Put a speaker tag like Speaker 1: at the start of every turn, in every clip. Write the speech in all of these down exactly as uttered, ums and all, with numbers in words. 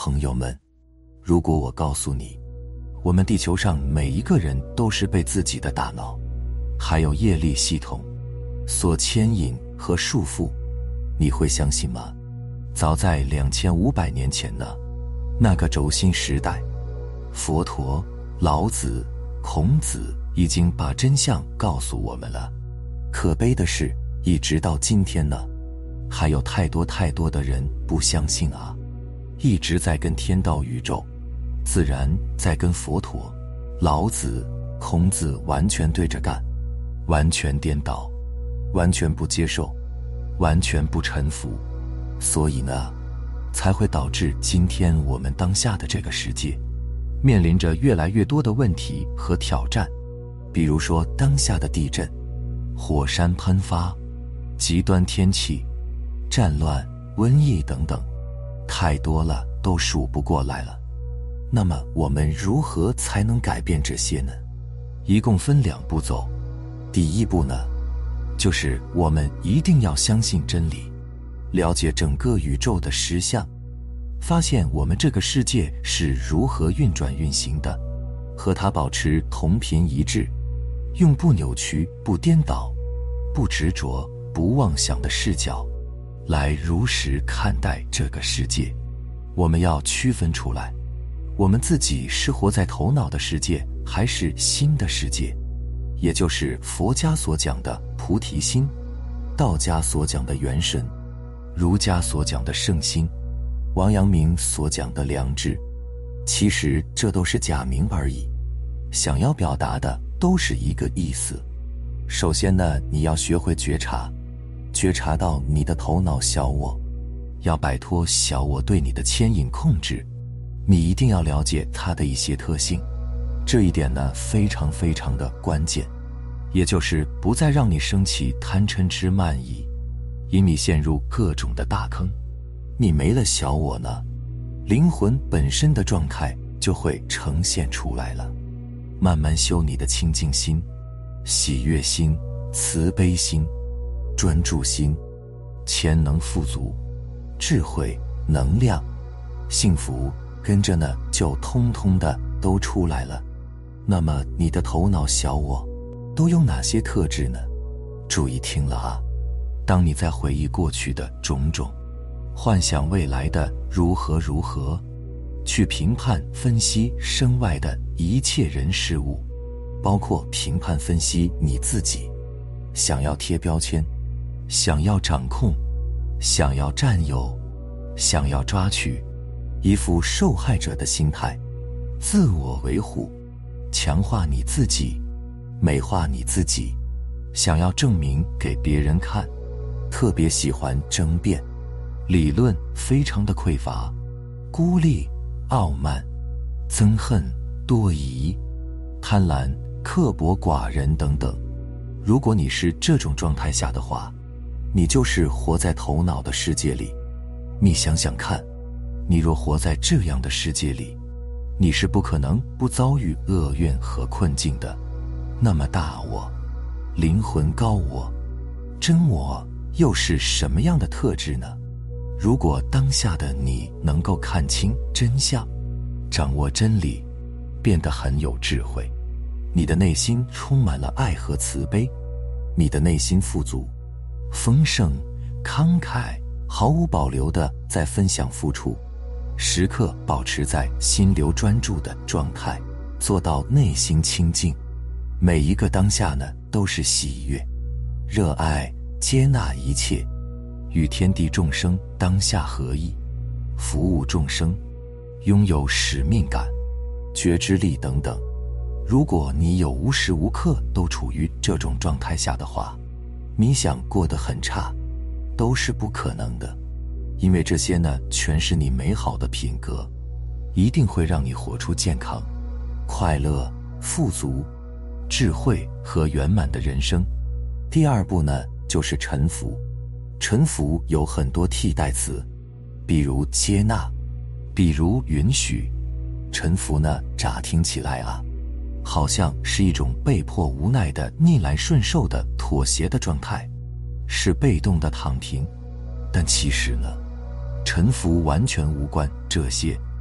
Speaker 1: 朋友们，如果我告诉你，我们地球上每一个人都是被自己的大脑，还有业力系统所牵引和束缚，你会相信吗？早在两千五百年前呢，那个轴心时代，佛陀、老子、孔子已经把真相告诉我们了。可悲的是，一直到今天呢，还有太多太多的人不相信啊，一直在跟天道宇宙、自然在跟佛陀、老子、孔子完全对着干，完全颠倒，完全不接受，完全不臣服。所以呢，才会导致今天我们当下的这个世界面临着越来越多的问题和挑战。比如说当下的地震、火山喷发、极端天气、战乱、瘟疫等等，太多了，都数不过来了。那么我们如何才能改变这些呢？一共分两步走。第一步呢，就是我们一定要相信真理，了解整个宇宙的实相，发现我们这个世界是如何运转运行的，和它保持同频一致，用不扭曲、不颠倒、不执着、不妄想的视角来如实看待这个世界。我们要区分出来，我们自己是活在头脑的世界，还是心的世界，也就是佛家所讲的菩提心，道家所讲的元神，儒家所讲的圣心，王阳明所讲的良知。其实这都是假名而已，想要表达的都是一个意思。首先呢，你要学会觉察，觉察到你的头脑小我，要摆脱小我对你的牵引控制。你一定要了解它的一些特性，这一点呢非常非常的关键，也就是不再让你升起贪嗔痴慢疑，引你陷入各种的大坑。你没了小我呢，灵魂本身的状态就会呈现出来了。慢慢修你的清净心、喜悦心、慈悲心、专注心、潜能富足、智慧、能量、幸福，跟着呢就通通的都出来了。那么你的头脑小我都有哪些特质呢？注意听了啊，当你在回忆过去的种种，幻想未来的如何如何，去评判分析身外的一切人事物，包括评判分析你自己，想要贴标签，想要掌控，想要占有，想要抓取，一副受害者的心态，自我维护，强化你自己，美化你自己，想要证明给别人看，特别喜欢争辩，理论非常的匮乏，孤立、傲慢、憎恨、多疑、贪婪、刻薄寡人等等。如果你是这种状态下的话，你就是活在头脑的世界里。你想想看，你若活在这样的世界里，你是不可能不遭遇厄运和困境的。那么大我、灵魂高我、真我又是什么样的特质呢？如果当下的你能够看清真相，掌握真理，变得很有智慧，你的内心充满了爱和慈悲，你的内心富足、丰盛、慷慨，毫无保留地在分享付出，时刻保持在心流专注的状态，做到内心清净。每一个当下呢，都是喜悦、热爱、接纳一切，与天地众生当下合一，服务众生，拥有使命感、觉知力等等。如果你有无时无刻都处于这种状态下的话，你想过得很差都是不可能的，因为这些呢全是你美好的品格，一定会让你活出健康、快乐、富足、智慧和圆满的人生。第二步呢，就是臣服。臣服有很多替代词，比如接纳，比如允许。臣服呢，乍听起来啊，好像是一种被迫无奈的逆来顺受的妥协的状态，是被动的躺平。但其实呢，臣服完全无关这些，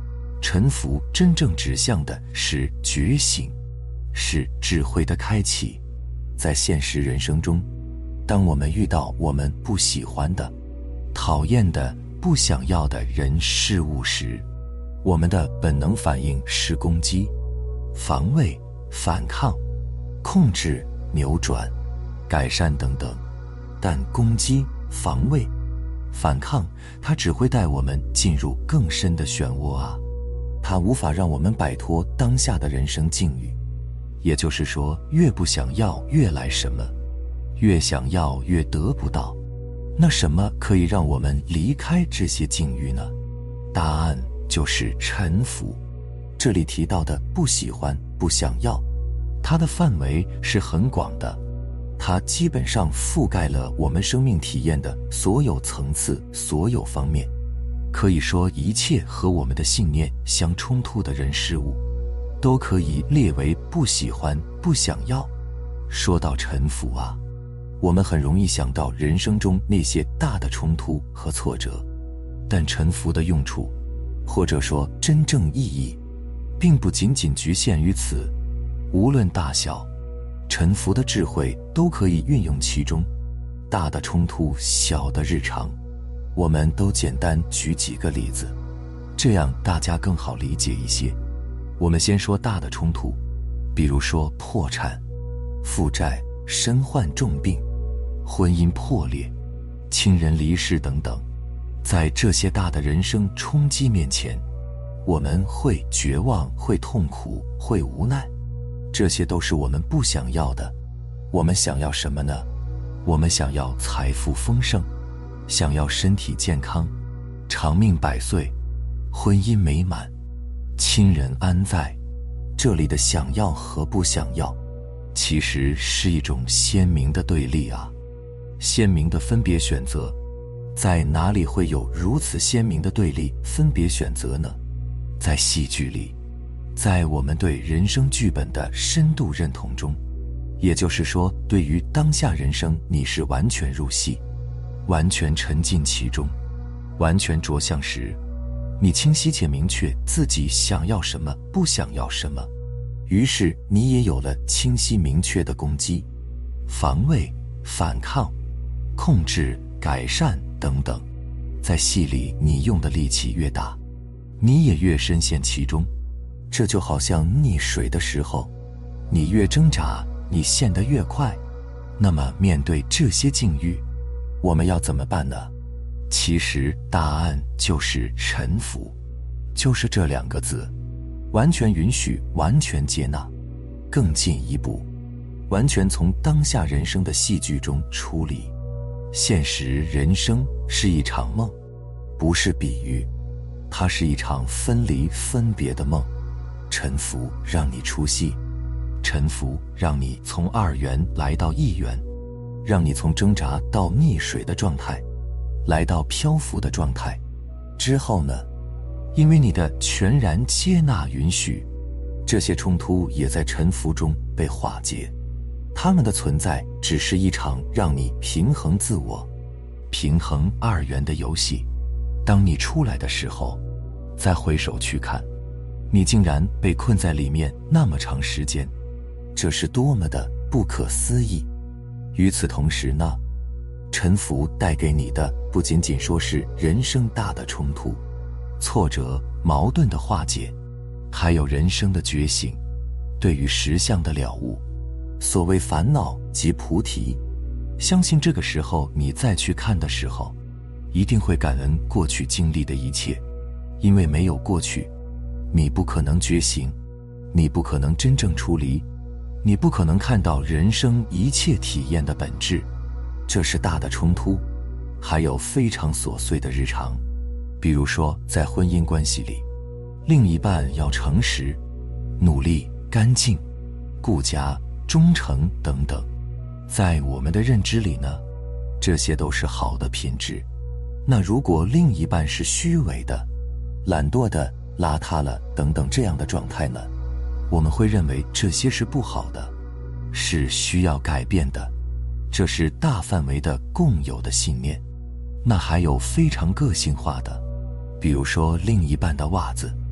Speaker 1: 臣服真正指向的是觉醒，是智慧的开启。在现实人生中，当我们遇到我们不喜欢的、讨厌的、不想要的人事物时，我们的本能反应是攻击、防卫、反抗、控制、扭转、改善等等。但攻击、防卫、反抗，它只会带我们进入更深的漩涡啊！它无法让我们摆脱当下的人生境遇。也就是说，越不想要越来什么，越想要越得不到。那什么可以让我们离开这些境遇呢？答案就是臣服。这里提到的不喜欢、不想要，它的范围是很广的，它基本上覆盖了我们生命体验的所有层次、所有方面。可以说，一切和我们的信念相冲突的人事物，都可以列为不喜欢、不想要。说到臣服啊，我们很容易想到人生中那些大的冲突和挫折，但臣服的用处，或者说真正意义，并不仅仅局限于此。无论大小，臣服的智慧都可以运用其中。大的冲突，小的日常，我们都简单举几个例子，这样大家更好理解一些。我们先说大的冲突，比如说破产、负债、身患重病、婚姻破裂、亲人离世等等。在这些大的人生冲击面前，我们会绝望，会痛苦，会无奈，这些都是我们不想要的。我们想要什么呢？我们想要财富丰盛，想要身体健康，长命百岁，婚姻美满，亲人安在。这里的想要和不想要，其实是一种鲜明的对立啊，鲜明的分别选择。在哪里会有如此鲜明的对立分别选择呢？在戏剧里，在我们对人生剧本的深度认同中，也就是说，对于当下人生，你是完全入戏，完全沉浸其中，完全着相时，你清晰且明确自己想要什么，不想要什么，于是你也有了清晰明确的攻击、防卫、反抗、控制、改善等等。在戏里，你用的力气越大，你也越深陷其中。这就好像溺水的时候，你越挣扎，你陷得越快。那么面对这些境遇，我们要怎么办呢？其实答案就是臣服，就是这两个字，完全允许，完全接纳，更进一步，完全从当下人生的戏剧中出离。现实人生是一场梦，不是比喻，它是一场分离分别的梦。臣服让你出戏，臣服让你从二元来到一元，让你从挣扎到溺水的状态，来到漂浮的状态。之后呢，因为你的全然接纳允许，这些冲突也在臣服中被化解。他们的存在只是一场让你平衡自我、平衡二元的游戏。当你出来的时候，再回首去看，你竟然被困在里面那么长时间，这是多么的不可思议。与此同时呢，臣服带给你的不仅仅说是人生大的冲突、挫折、矛盾的化解，还有人生的觉醒，对于实相的了悟。所谓烦恼即菩提，相信这个时候你再去看的时候，一定会感恩过去经历的一切，因为没有过去，你不可能觉醒，你不可能真正出离，你不可能看到人生一切体验的本质。这是大的冲突，还有非常琐碎的日常。比如说在婚姻关系里，另一半要诚实、努力、干净、顾家、忠诚等等。在我们的认知里呢，这些都是好的品质。那如果另一半是虚伪的、懒惰的、邋遢了等等这样的状态呢，我们会认为这些是不好的，是需要改变的。这是大范围的共有的信念。那还有非常个性化的，比如说另一半的袜子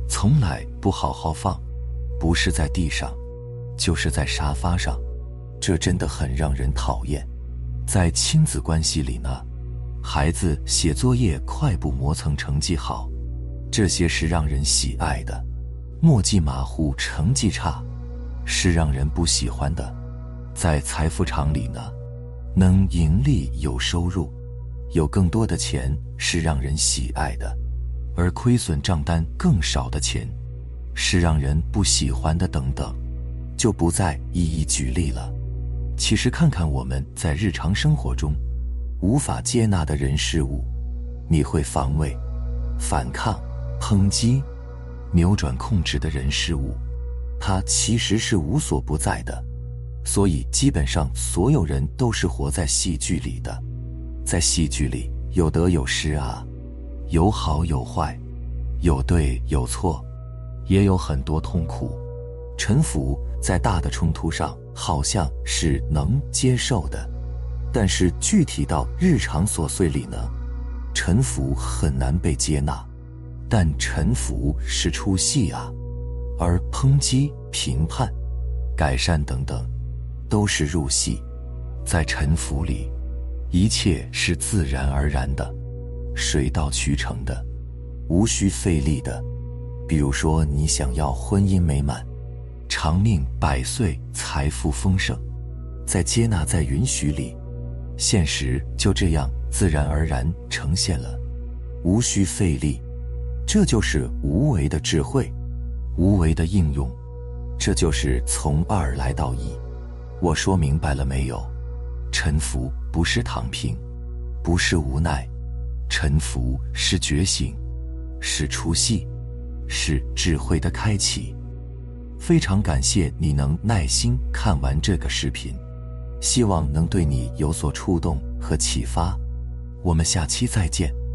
Speaker 1: 从来不好好放，不是在地上，就是在沙发上，这真的很让人讨厌。在亲子关系里呢，孩子写作业快步磨蹭成绩好，这些是让人喜爱的；墨迹马虎成绩差，是让人不喜欢的。在财富场里呢，能盈利有收入，有更多的钱是让人喜爱的，而亏损账单更少的钱是让人不喜欢的等等，就不再一一举例了。其实看看我们在日常生活中无法接纳的人事物，你会防卫、反抗、抨击、扭转控制的人事物，它其实是无所不在的。所以基本上所有人都是活在戏剧里的，在戏剧里有得有失啊，有好有坏，有对有错，也有很多痛苦。臣服在大的冲突上好像是能接受的，但是具体到日常琐碎里呢，臣服很难被接纳。但臣服是出戏啊，而抨击、评判、改善等等都是入戏。在臣服里，一切是自然而然的，水到渠成的，无需费力的。比如说你想要婚姻美满，长命百岁，财富丰盛，在接纳在允许里，现实就这样自然而然呈现了，无需费力。这就是无为的智慧，无为的应用，这就是从二来到一。我说明白了没有？臣服不是躺平，不是无奈，臣服是觉醒，是出戏，是智慧的开启。非常感谢你能耐心看完这个视频，希望能对你有所触动和启发。我们下期再见。